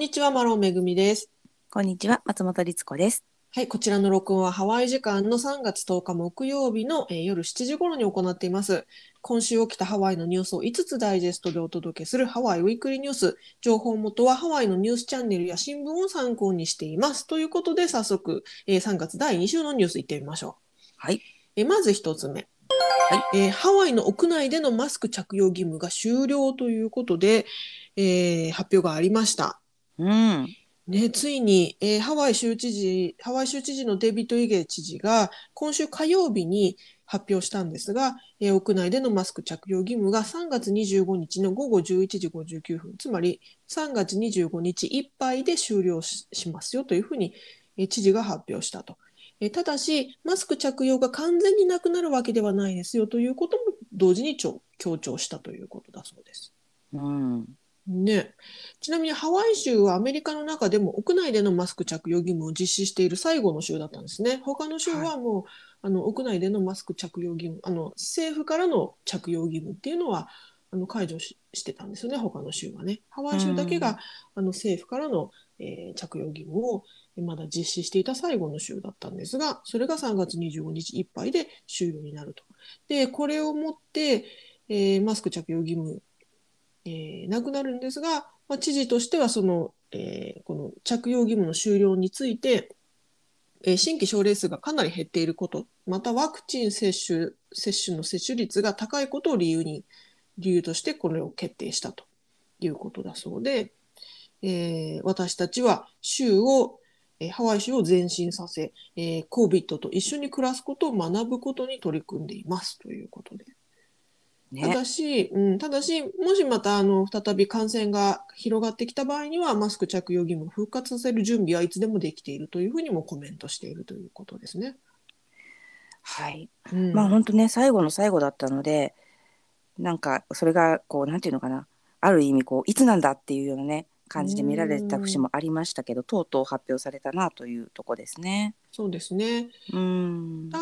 にちは、マロンめぐみです。 こんにちは、松本律子です。 はい、こちらの録音はハワイ時間の3月10日木曜日の、夜7時頃に行っています。今週起きたハワイのニュースを5つダイジェストでお届けするハワイウィークリーニュース。情報元はハワイのニュースチャンネルや新聞を参考にしています。ということで、早速、3月第2週のニュースいってみましょはい。 う。まず1つ目。 はい。 ハワイの屋内でのマスク着用義務が終了ということで、発表がありました。 うん。 ね、ついに、ハワイ州知事のデビッド・イゲ知事が今週火曜日に発表したんですが、屋内でのマスク着用義務が3月25日の午後11時59分、つまり3月25日いっぱいで終了しますよというふうに、知事が発表したと。ただし、マスク着用が完全になくなるわけではないですよということも同時に強調したということだそうです。 うん。 ね、ちなみにハワイ州はアメリカの中でも屋内でのマスク着用義務を実施している最後の州だったんですね。他の州はい。 はもう屋内でのマスク着用義務、政府からの着用義務っていうのは解除してたんですよね、他の州はね。ハワうイ州だけん。 が政府からの、着用義務をまだ実施していた最後の週だったんですが、それが3月25日いっぱいで終了になると。で、これをもって、マスク着用義務なくなるんですが、知事としてはこの着用義務の終了について、新規症例数がかなり減っていること、またワクチン接種の接種率が高いことを理由としてこれを決定したということだそうで、私たちはハワイ州を前進させ、COVID と一緒に暮らすことを学ぶことに取り組んでいますということで。 ね。 ただし、もしまた再び感染が広がってきた場合には、マスク着用義務を復活させる準備はいつでもできているというふうにもコメントしているということですね。 はい。 うん。 まあ本当ね、最後の最後だったので、なんかそれがこう、なんていうのかな。ある意味こう、いつなんだっていうようなね、 う感じで見られた節ーん。 もありましたけど、とうとう発表されたなというとこですね。 そうですね。 うん。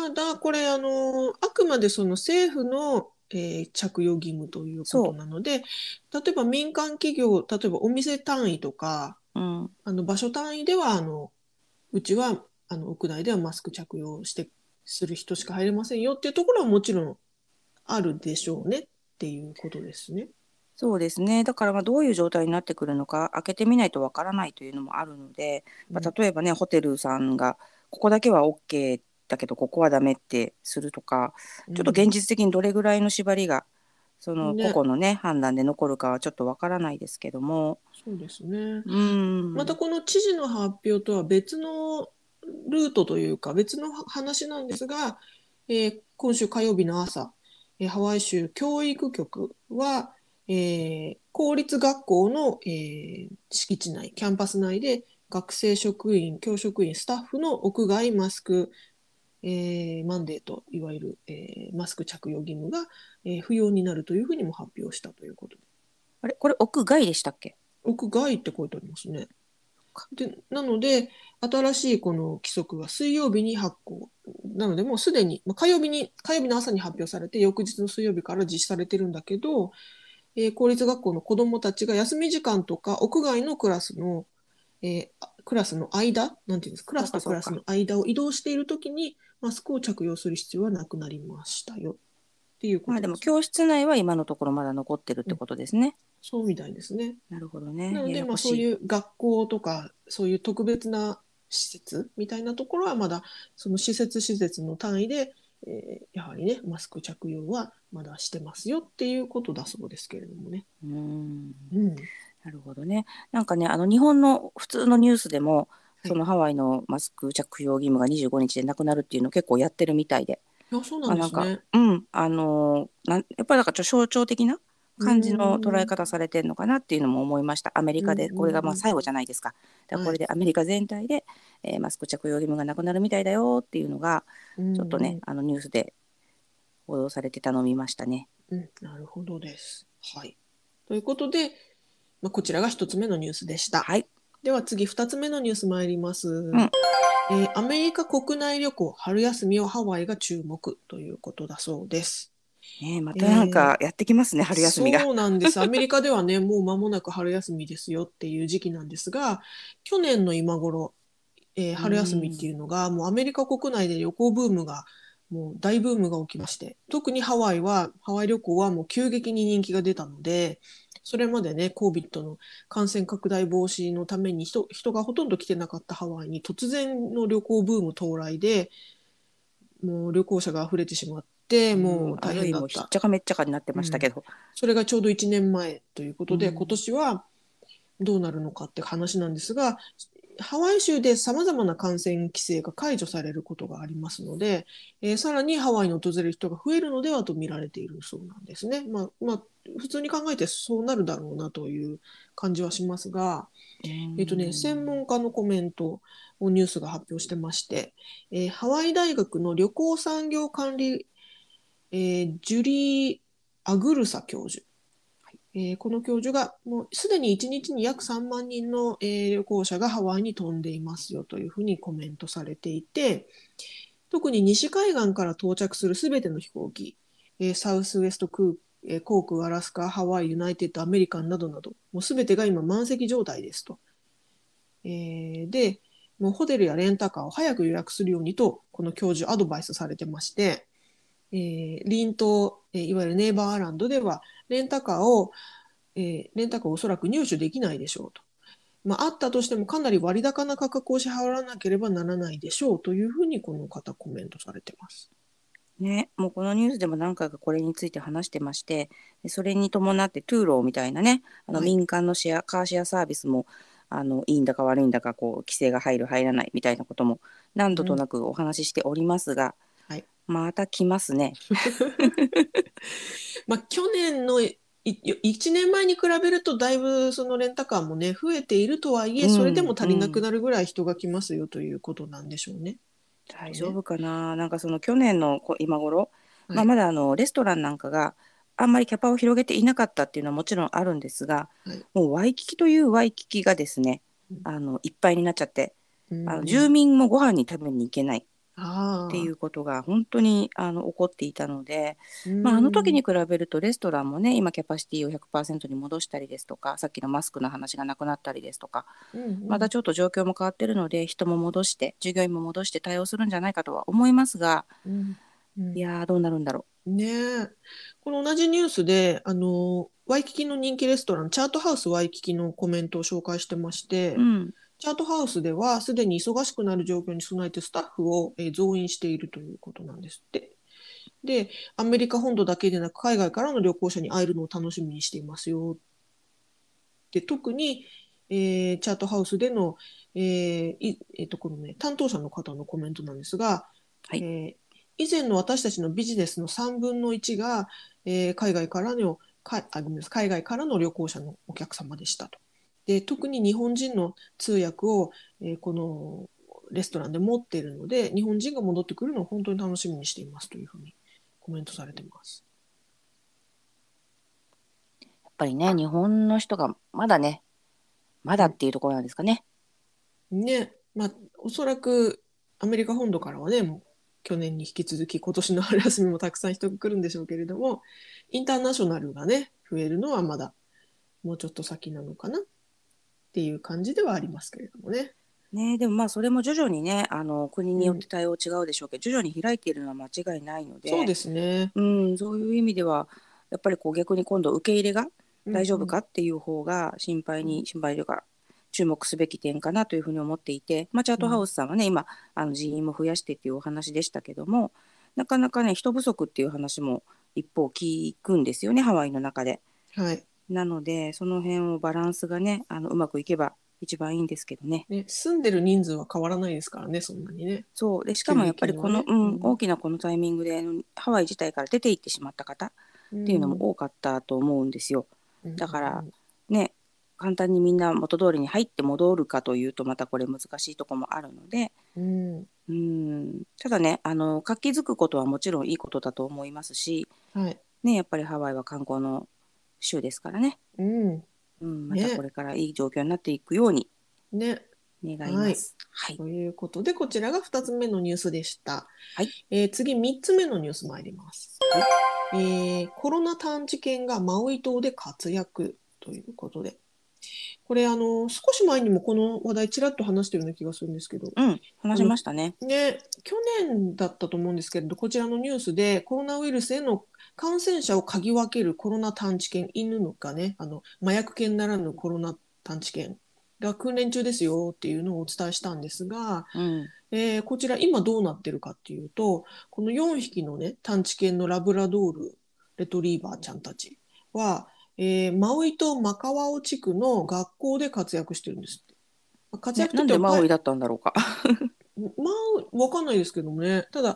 ただ、これ、あくまでその政府の、着用義務ということそなので、例えば民間企業、例えばお店単位とか、 う。うん。 場所単位では、うちは屋内ではマスク着用する人しか入れませんよっていうところはもちろんあるでしょうねっていうことですね。 そうですね。だからまあどういう状態になってくるのか開けてみないとわからないというのもあるので、 うん、 例えばね、ホテルさんがここだけは OK だけどここはダメってするとか、ちょっと現うん、 実的にどれぐらいの縛りがその個ね、 々のね判断で残るかはちょっとわからないですけども、 そうですね。 うーまたん、 この知事の発表とは別のルートというか別の話なんですが、今週火曜日の朝、ハワイ州教育局は、公立学校の、敷地内、キャンパス内で学生職員、教職員、スタッフの屋外マスク、マンデート、いわゆる、マスク着用義務が、不要になるというふうにも発表したということで。 あれこれ屋外でしたっけ？ 屋外って書いてありますね。で、なので、新しいこの規則は水曜日に発行。なので、もうすでに、火曜日の朝に発表されて、翌日の水曜日から実施されてるんだけど、公立学校の子どもたちが休み時間とか、屋外のクラスの間、なんていうんですか、クラそうスとクかそうか。 ラスの間を移動しているときに、マスクを着用する必要はなくなりましたよっていうこまあでとですね。 も教室内は今のところまだ残ってるってうん、 ことですね。 そうみたいですね。 なるほどね。やなので、そうやこしい。 いう学校とか、そういう特別な施設みたいなところはまだ、その施設の単位で、やはりね、マスク着用はまだしてますよっていうことだそうですけれどもね。 うーん。 うん。 なるほどね。なんかね、日本の普通のニュースでも、 はい。 そのハワイのマスク着用義務が25日でなくなるっていうの結構やってるみたいで、 いや、そうなんまあなんか、 ですね。 やっぱりなんかちょっと象徴的なう感じの捉ーん。 え方されてるのかなっていうのも思いました。アメリうんカで、これがまあうん最後じゃないですか。だからうん。はい。 これでアメリカ全体で、マスク着用義務がなくなるみたいだよっていうのが、 うちょっとね、 んうん。 ニュースで報道されてたのを見ましたね。 うん。なるほどです。はい。ということで、こちらが一つ目のニュースでした。 はい。 では次、二つ目のニュース参ります。 うん。 アメリカ国内旅行、春休みをハワイが注目ということだそうです。 ね、まえたなんーかやってきますね、春休みが。 そうなんです。アメリカではね、もう間もなく春休みですよっていう時期なんですが、去年の今頃、 う春休みってん。 いうのが、もうアメリカ国内で旅行ブームが、もう大ブームが起きまして、特にハワイ旅行はもう急激に人気が出たので、それまでね、COVID の感染拡大防止のために人がほとんど来てなかったハワイに突然の旅行ブーム到来で、もう旅行者が溢れてしまって、 うもう大ある意味もう変だった。 ひっちゃかめっちゃかになってうん。 ましたけど。 それがちょうど1年前ということで、今うん。 年はどうなるのかって話なんですが、ハワイ州でさまざまな感染規制が解除されることがありますので、さらにハワイに訪れる人が増えるのではと見られているそうなんですね。普通に考えてそうなるだろうなという感じはしますが、 う専ん。 門家のコメントをニュースが発表してまして、ハワイ大学の旅行産業管理、ジュリー・アグルサ教授、この教授がもうすでに1日に約3万人の、旅行者がハワイに飛んでいますよというふうにコメントされていて、特に西海岸から到着するすべての飛行機、サウスウエスト航空、アラスカ、ハワイ、ユナイテッド、アメリカンなどなど、もうすべてが今満席状態ですと。で、もうホテルやレンタカーを早く予約するようにと、この教授アドバイスされてまして、隣島、いわゆるネイバーアイランドでは、レンタカーをおそらく入手できないでしょうと。あったとしてもかなり割高な価格を支払わなければならないでしょうというふうにこの方コメントされてます。 ね、もうこのニュースでも何回かこれについて話してまして、でそれに伴ってトゥーローみたいなね、 はい。 民間のカーシェアサービスもいいんだか悪いんだかこう規制が入る入らないみたいなことも何度うん。 となくお話ししておりますが、 はい。 また来ますね。 去年の1年前に比べるとだいぶそのレンタカーもね、増えているとはいえ、それでもうん足りなくうん。 なるぐらい人が来ますよということなんでしょうね。きっとね。 大丈夫かな。なんかその去年の今頃、 はい。 まだレストランなんかがあんまりキャパを広げていなかったっていうのはもちろんあるんですが、 はい。 もうワイキキというワイキキがですね、いっぱいになっちゃって、 うん。 住民もご飯に食べに行けないっていああ。 うことが本当に起こっていたので、 うあの時ん。 に比べるとレストランもね、今キャパシティを100%に戻したりですとか、さっきのマスクの話がなくなったりですとか、 うん。 またちょっと状況も変わってるので、人も戻して従業員も戻して対応するんじゃないかとは思いますが、 うん。うん。 いやーどうなるんだろねえ。この同じニュースで、ワイキキの人気レストラン、チャートハウスワイキキのコメントを紹介してましう。うて、 ん。 チャートハウスではすでに忙しくなる状況に備えてスタッフを増員しているということなんですって。で、アメリカ本土だけでなく海外からの旅行者に会えるのを楽しみにしていますよ。で、特に、チャートハウスでの、このね、担当者の方のコメントなんですが、 はい。 以前の私たちのビジネスの3分の1が、海外からの、ごめんなさい、海外からの旅行者のお客様でしたと。で、特に日本人の通訳を、このレストランで持っているので、日本人が戻ってくるのを本当に楽しみにしていますというふうにコメントされてます。 やっぱりね、日本の人がまだね、まだうん。 っていうところなんですかね。 ね、おそらくアメリカ本土からはね、もう去年に引き続き今年の春休みもたくさん人が来るんでしょうけれども、インターナショナルがね、増えるのはまだもうちょっと先なのかなっていう感じではありますけれどもね。 ね、でもそれも徐々にね、国によっうん、 て対応違うでしょうけど、徐々に開いているのは間違いないので、 そうですね。 うん、そういう意味ではやっぱりこう逆に今度受け入れが大丈夫うんうん。 かっていう方がうん。 心配というか注目すべき点かなというふうに思っていて、チャートハウうん。 スさんはね今人員も増やしてっていうお話でしたけども、なかなかね人不足っていう話も一方聞くんですよね、ハワイの中で。 はい。 なのでその辺をバランスがねうまくいけば一番いいんですけどね。 ね、住んでる人数は変わらないですからね、そんなにね。 そうで、しか急もやっぱりこの、 激にはね。うん。 大きなこのタイミングでハワイ自体から出て行ってしまった方っていうのもうん。 多かったと思うんですよ。 うん。 だからうん。 ね、簡単にみんな元通りに入って戻るかというとまたこれ難しいところもあるので、 うん。 ただね活気づくことはもちろんいいことだと思いますし、 はい。 ね、やっぱりハワイは観光の州ですからね、 うん。 またこね。 れからいい状況になっていくように。 ね。 願います。はい。 ということで、こちらが2つ目のニュースでした。 はい。 次、3つ目のニュース参ります。 はい。 コロナ探知犬がマウイ島で活躍ということで、これ少し前にもこの話題ちらっと話してるような気がするんですけど、 話しましたね。 去年だったと思うんですけれど、こちらのニュースでコロナウイルスへの感染者を嗅ぎ分けるコロナ探知犬、犬のがね、麻薬犬ならぬコロナ探知犬が訓練中ですよっていうのをお伝えしたんですが、こちら今どうなってるかっていうと、この4匹のね、探知犬のラブラドール、レトリーバーちゃんたちは、マウイ島マカワオ地区の学校で活躍してるんですって。活躍といなんでってもマウイだったんだろうか。 まあ、わかんないですけどもね。ただ、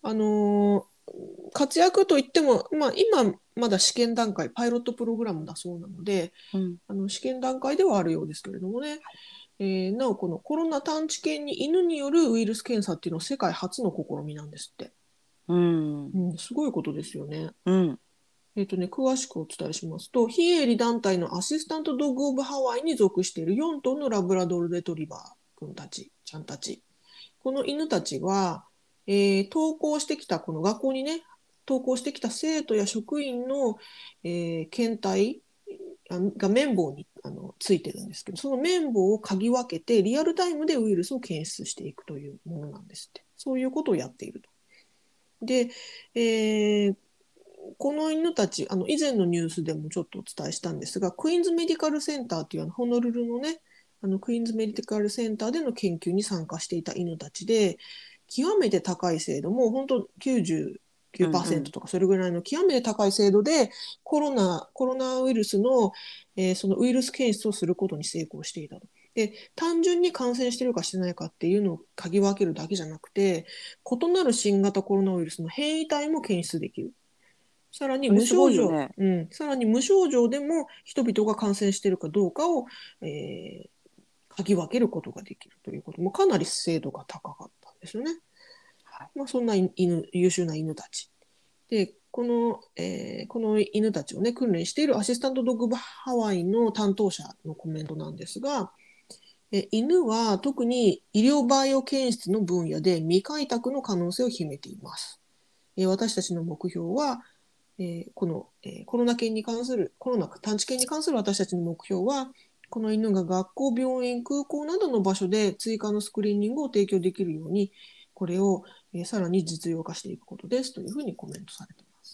活躍といっても、今、まだ試験段階、パイロットプログラムだそうなので、試験段階ではあるようですけれどもね。なお、このコロナ探知犬に犬によるウイルス検査っていうのは世界初の試みなんですって。すごいことですよね。詳しくお伝えしますと、非営利団体のアシスタントドッグ・オブ・ハワイに属している4頭のラブラドール・レトリバー君たち、ちゃんたち。この犬たちは、登校してきた、この学校にね、登校してきた生徒や職員の、検体が綿棒についてるんですけど、その綿棒を嗅ぎ分けて、リアルタイムでウイルスを検出していくというものなんですって。そういうことをやっていると。で、この犬たち、以前のニュースでもちょっとお伝えしたんですが、クイーンズメディカルセンターというホノルルのね、クイーンズメディカルセンターでの研究に参加していた犬たちで、極めて高い精度、もう本当99%とかそれぐらいの極めて高い精度でコロナウイルスの、そのウイルス検出をすることに成功していたと。で、単純に感染してるかしてないかっていうのを嗅ぎ分けるだけじゃなくて、異なる新型コロナウイルスの変異体も検出できる。さらに無症状、さらに無症状でも人々が感染しているかどうかを、嗅ぎ分けることができるということもかなり精度が高かったんですよね。そんな優秀な犬たち。で、この犬たちをね、訓練しているアシスタントドッグハワイの担当者のコメントなんですが、犬は特に医療バイオ検出の分野で未開拓の可能性を秘めています。私たちの目標は、この、コロナ探知犬に関する私たちの目標は、この犬が学校、病院、空港などの場所で追加のスクリーニングを提供できるように、これを、さらに実用化していくことですというふうにコメントされています。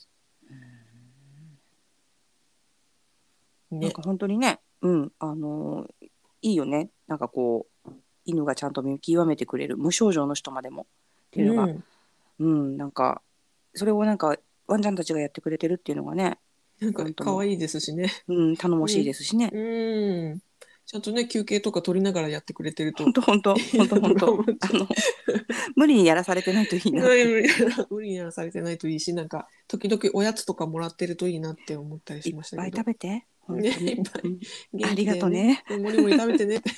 なんか本当にね、いいよね。なんかこう犬がちゃんと見極めてくれる無症状の人までもっていうのが、なんかそれをなんかワンちゃんたちがやってくれてるっていうのがね、 なんか可愛いですしね。 頼もしいですしね。 ちゃんとね休憩とか取りながらやってくれてると本当無理にやらされてないといいなって無理にやらされてないといいし、なんか時々おやつとかもらってるといいなって思ったりしましたけど。 いっぱい食べて本当に、 いっぱいありがとうね。 もりもり食べてね。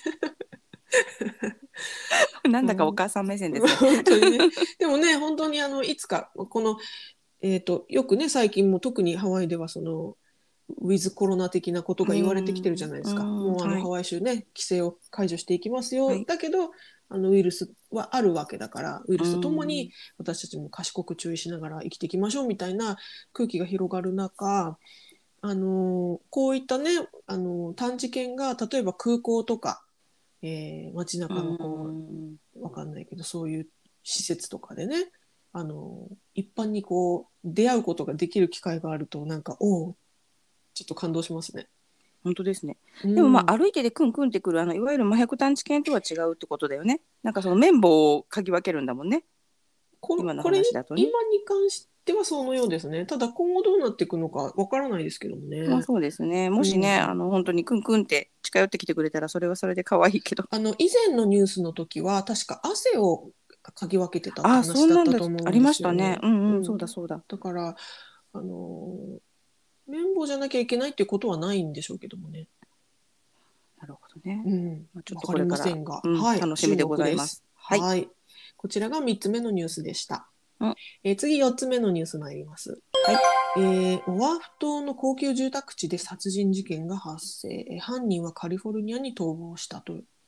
なんだかお母さん目線ですね。 本当にね。でもね、本当にいつかこのよくね最近も特にハワイではそのウィズコロナ的なことが言われてきてるじゃないですか。もうハワイ州ね規制を解除していきますよ。だけどウイルスはあるわけだから、ウイルスとともに私たちも賢く注意しながら生きていきましょうみたいな空気が広がる中、こういったね探知犬が例えば空港とか、街中のわかんないけどそういう施設とかでね一般にこう出会うことができる機会があるとなんかちょっと感動しますね。 本当ですね。でも歩いてでクンクンってくるいわゆる麻薬探知犬とは違うってことだよね。なんかその綿棒を嗅ぎ分けるんだもんね。今の話だとね。 今に関してはそのようですね。ただ今後どうなっていくのかわからないですけどもね。 そうですね。もしね、本当にクンクンって近寄ってきてくれたらそれはそれで可愛いけど。 以前のニュースの時は確か汗を嗅ぎ分けてたって話だったと思うんですよね。 ありましたね。そうだそうだ。 だから綿棒じゃなきゃいけないっていうことはないんでしょうけどもね。 なるほどね。 ちょっとこれから楽しみでございます。 はい。こちらが3つ目のニュースでした。次4つ目のニュース参ります。オアフ島の高級住宅地で殺人事件が発生。犯人はカリフォルニアに逃亡したと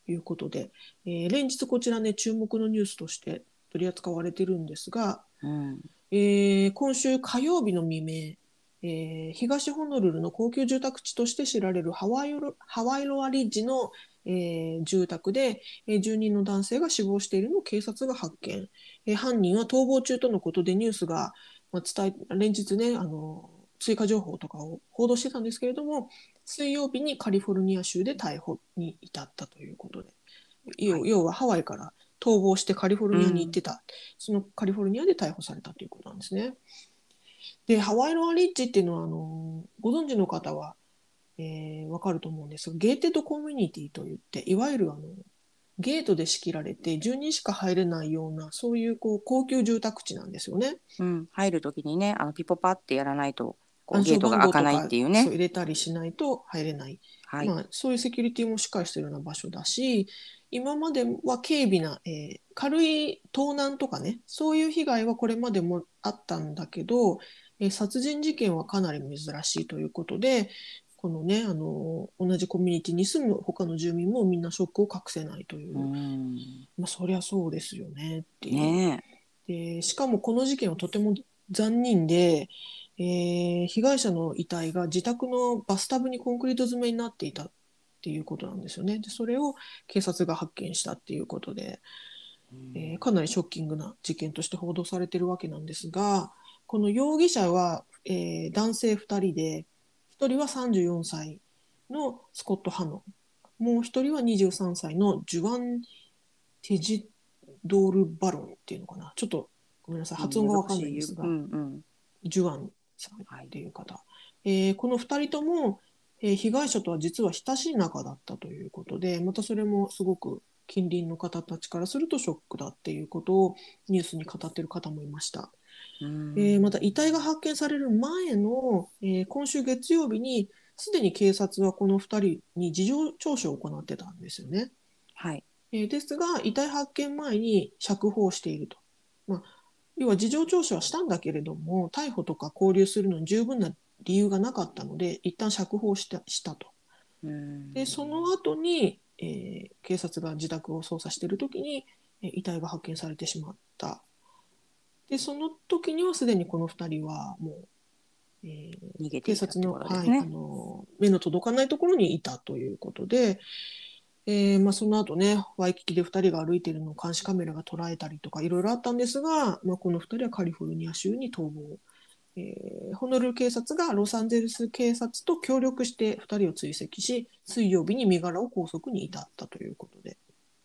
いうことで、連日こちらね、注目のニュースとして取り扱われてるんですが、今週火曜日の未明、東ホノルルの高級住宅地として知られるハワイロアリッジの、住宅で、住人の男性が死亡しているのを警察が発見。犯人は逃亡中とのことでニュースが、連日ね、追加情報とかを報道してたんですけれども、水曜日にカリフォルニア州で逮捕に至ったということで、要はハワイから逃亡してカリフォルニアに行ってた、そのカリフォルニアで逮捕されたということなんですね。で、ハワイロアリッジっていうのはご存知の方は、わかると思うんですが、ゲーテッドコミュニティといって、いわゆるゲートで仕切られて10人しか入れないような、そういう高級住宅地なんですよね。 入るときにね、ピポパってやらないと暗証ゲートが開かないっ番号とかていうね。 そう入れたりしないと入れない、そういうセキュリティもしっかりしているような場所だし、今までは軽微な、軽い盗難とかね、そういう被害はこれまでもあったんだけど、殺人事件はかなり珍しいということで、このね、同じコミュニティに住む他の住民もみんなショックを隠せないという、そりゃそうですよねっていう。でしかもこの事件はとても残忍で、被害者の遺体が自宅のバスタブにコンクリート詰めになっていたっていうことなんですよね。でそれを警察が発見したっていうことで、かなりショッキングな事件として報道されているわけなんですが、この容疑者は、男性2人で、1人は34歳のスコット・ハノン、もう1人は23歳のジュアン・ティジドール・バロンっていうのかな。ちょっとごめんなさい、発音がわかんないんですが、ジュアンさんっていう方。この2人とも、被害者とは実は親しい仲だったということで、またそれもすごく近隣の方たちからするとショックだっていうことをニュースに語っている方もいました。また遺体が発見される前の、今週月曜日にすでに警察はこの2人に事情聴取を行ってたんですよね。ですが遺体発見前に釈放していると。要は事情聴取はしたんだけれども逮捕とか勾留するのに十分な理由がなかったので一旦釈放したと。でその後に、警察が自宅を捜査している時に、遺体が発見されてしまった。でその時にはすでにこの2人はもう、警察の、目の届かないところにいたということで、その後ねワイキキで2人が歩いているのを監視カメラが捉えたりとかいろいろあったんですが、この2人はカリフォルニア州に逃亡、ホノルル警察がロサンゼルス警察と協力して2人を追跡し水曜日に身柄を拘束に至ったということで、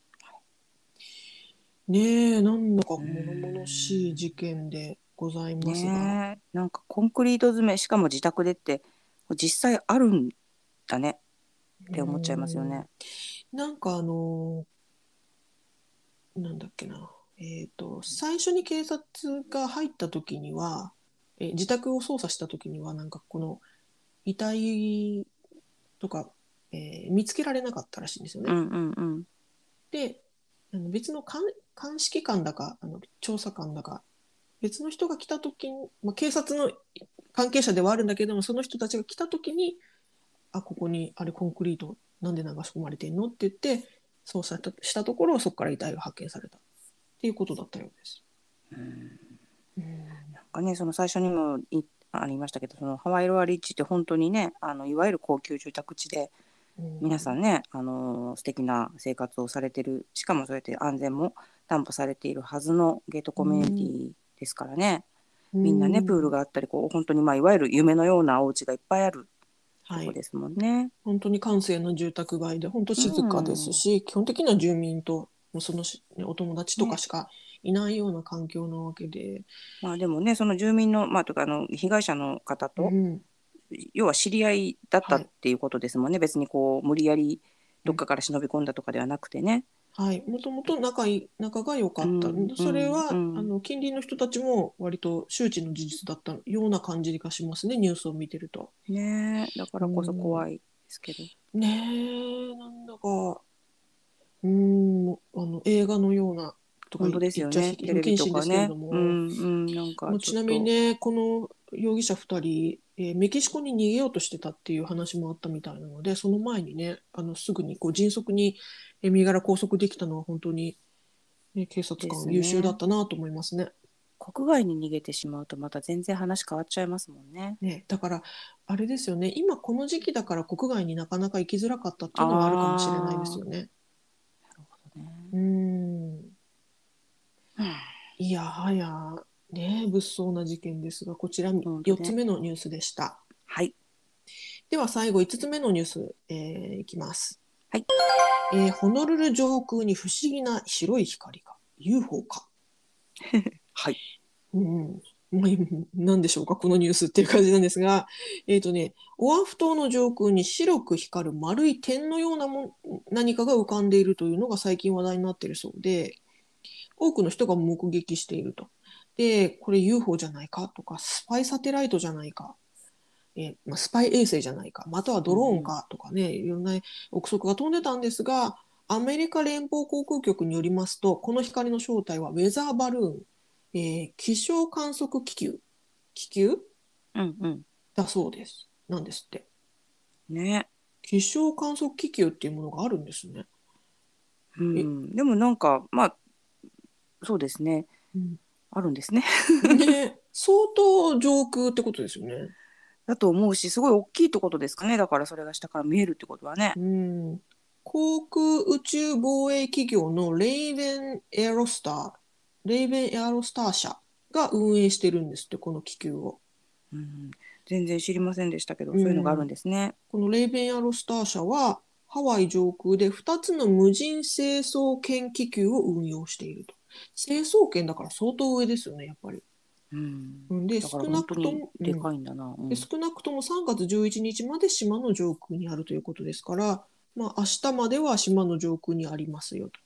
なんだか物々しい事件でございますが、 なんかコンクリート詰めしかも自宅でって実際あるんだねって思っちゃいますよね。 なんかなんだっけな、最初に警察が入った時には、自宅を捜査した時にはなんかこの遺体とか、見つけられなかったらしいんですよね。で別の鑑識官だか調査官だか別の人が来た時に、警察の関係者ではあるんだけどもその人たちが来た時にここにあれコンクリートなんで流し込まれてんのって言って捜査したところそこから遺体が発見されたっていうことだったようです。 なんかねその最初にもありましたけどそのハワイロアリッジって本当にねいわゆる高級住宅地で皆さんね素敵な生活をされてるしかもそうやって安全も担保されているはずのゲートコミュニティですからね、みんなねプールがあったり本当にいわゆる夢のようなお家がいっぱいあるとこですもんね。 本当に閑静な住宅街で本当静かですし、基本的な住民とそのお友達とかしかいないような環境なわけで、 でもねその住民のとか被害者の方と、要は知り合いだったっていうことですもんね、別に無理やりどっかから忍び込んだとかではなくてね。 もともと仲が良かった、それは、近隣の人たちも割と周知の事実だったような感じがしますねニュースを見てると。 だからこそ怖いですけど。 なんだか映画のようなとか本当ですよね、テレビとかね。 ちなみにねこの容疑者2人メキシコに逃げようとしてたっていう話もあったみたいなので、その前にね、すぐにこう迅速に身柄拘束できたのは本当に、ね、警察です官優秀だっね。 たなと思いますね。 国外に逃げてしまうとまた全然話変わっちゃいますもんね。 ね、だからあれですよね、今この時期だから国外になかなか行きづらかったっていうのはあるかもしれないですああ、 よね。 なるほどね。 うーん。 うん、 いやはや、ね、物騒な事件ですが、こちら4つ本当ね。 目のニュースでした。 はい。 では最後5つ目のニュース、いきます。 はい。 ホノルル上空に不思議な白い光が UFO か。 はい。 うん、まあ何でしょうかこのニュースっていう感じなんですが、オアフ島の上空に白く光る丸い点のような何かが浮かんでいるというのが最近話題になっているそうで、多くの人が目撃していると。で、これ UFO じゃないかとか、スパイサテライトじゃないか、スパイ衛星じゃないか、またはドローンかとかね、いろんな憶測が飛んでたんですが、アメリカ連邦航空局によりますと、この光の正体はウェザーバルーン、気象観測気球うんうん。 だそうです。なんですって。 ね。 気象観測気球っていうものがあるんですね。 うえ、 ん。でもなんか、まあ、そうですね。 うん、 あるんですね。 ね、相当上空ってことですよね。 だと思うし、すごい大きいってことですかね。だからそれが下から見えるってことはね。 うん、航空宇宙防衛企業のレイベンエアロスター社が運営してるんですって、この気球を。 うん。全然知りませんでしたけど、そういうのがあるんうん、 ですね。 このレイベンエアロスター社は、ハワイ上空で2つの無人成層圏気球を運用していると。成層圏だから相当上ですよね、やっぱり。 うん。 うんで、 だから少な本当にくとも、 でかいんだな。うで、 ん。 少なくとも3月11日まで島の上空にあるということですから、まあ、明日までは島の上空にありますよと。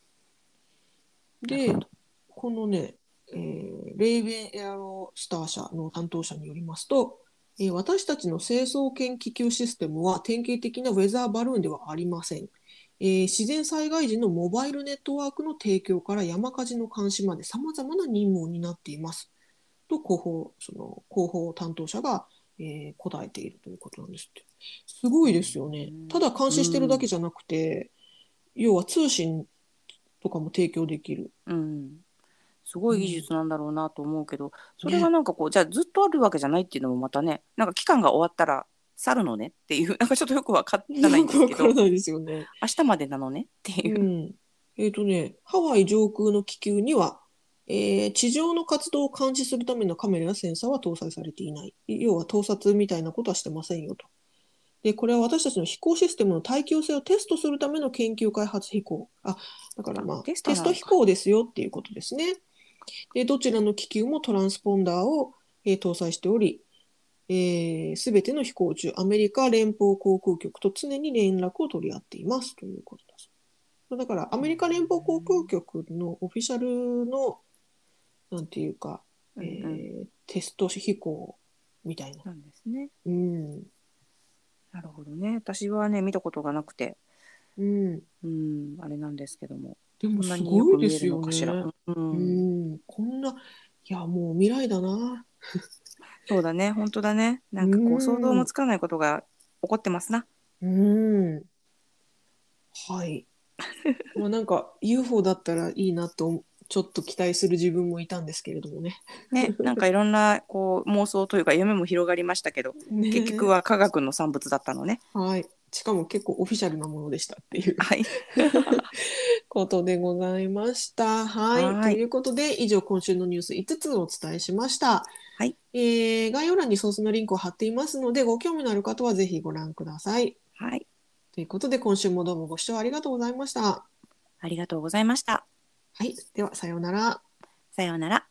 で、 なるほど。 このね、レイベンエアロスター社の担当者によりますと、私たちの成層圏気球システムは典型的なウェザーバルーンではありません。自然災害時のモバイルネットワークの提供から山火事の監視まで様々な任務を担っていますと広報担当者が、答えているということなんですって。すごいですよね。ただ監う視してるだけん。 じゃなくて、要は通信とかも提供できる。 うん。すごい技うん、 術なんだろうなと思うけど、それがね。 なんかこう、じゃあずっとあるわけじゃないっていうのもまたね、なんか期間が終わったら去るのねっていう、なんかちょっとよくわからないんよくですけど、 わからないですよね。 明日までなのねっていう。 うん。ハワイ上空の気球には、地上の活動を監視するためのカメラやセンサーは搭載されていない。要は盗撮みたいなことはしてませんよと。で、これは私たちの飛行システムの耐久性をテストするための研究開発飛行。だからあ、 まあ、 テストテストなのか。 飛行ですよっていうことですね。で、どちらの気球もトランスポンダーを、搭載しており、すべての飛行中、アメリカ連邦航空局と常に連絡を取り合っていますということです。だから、アうメリカ連邦航空ん。 局のオフィシャルの、なんていうか、 うんうん。 テスト飛行みたいな。 なんですね。 うん。 なるほどね。私はね、見たことがなくて、 うん。 うん、あれなんですけども、 でも、 そんなすによく見えごいでするのかしら。 よね。 ううん。 ん。いや、もう未来だな。 そうだね、本当だね。なうんかこう想像もん。 つかないことが起こってますな。 うん。はい。まあ、なんか UFO だったらいいなとちょっと期待する自分もいたんですけれどもね。 ね、なんかいろんなこう妄想というか夢も広がりましたけど、結局ね。 は科学の産物だったのね。 はい。しかも結構オフィシャルなものでしたっていうはい。 ことでございました。はい。とはい。 いうことで、以上今週のニュース5つをお伝えしました。 はい。 概要欄にソースのリンクを貼っていますので、ご興味のある方はぜひご覧ください。 はい。 ということで、今週もどうもご視聴ありがとうございました。 ありがとうございました。 はい。では、さようなら。 さようなら。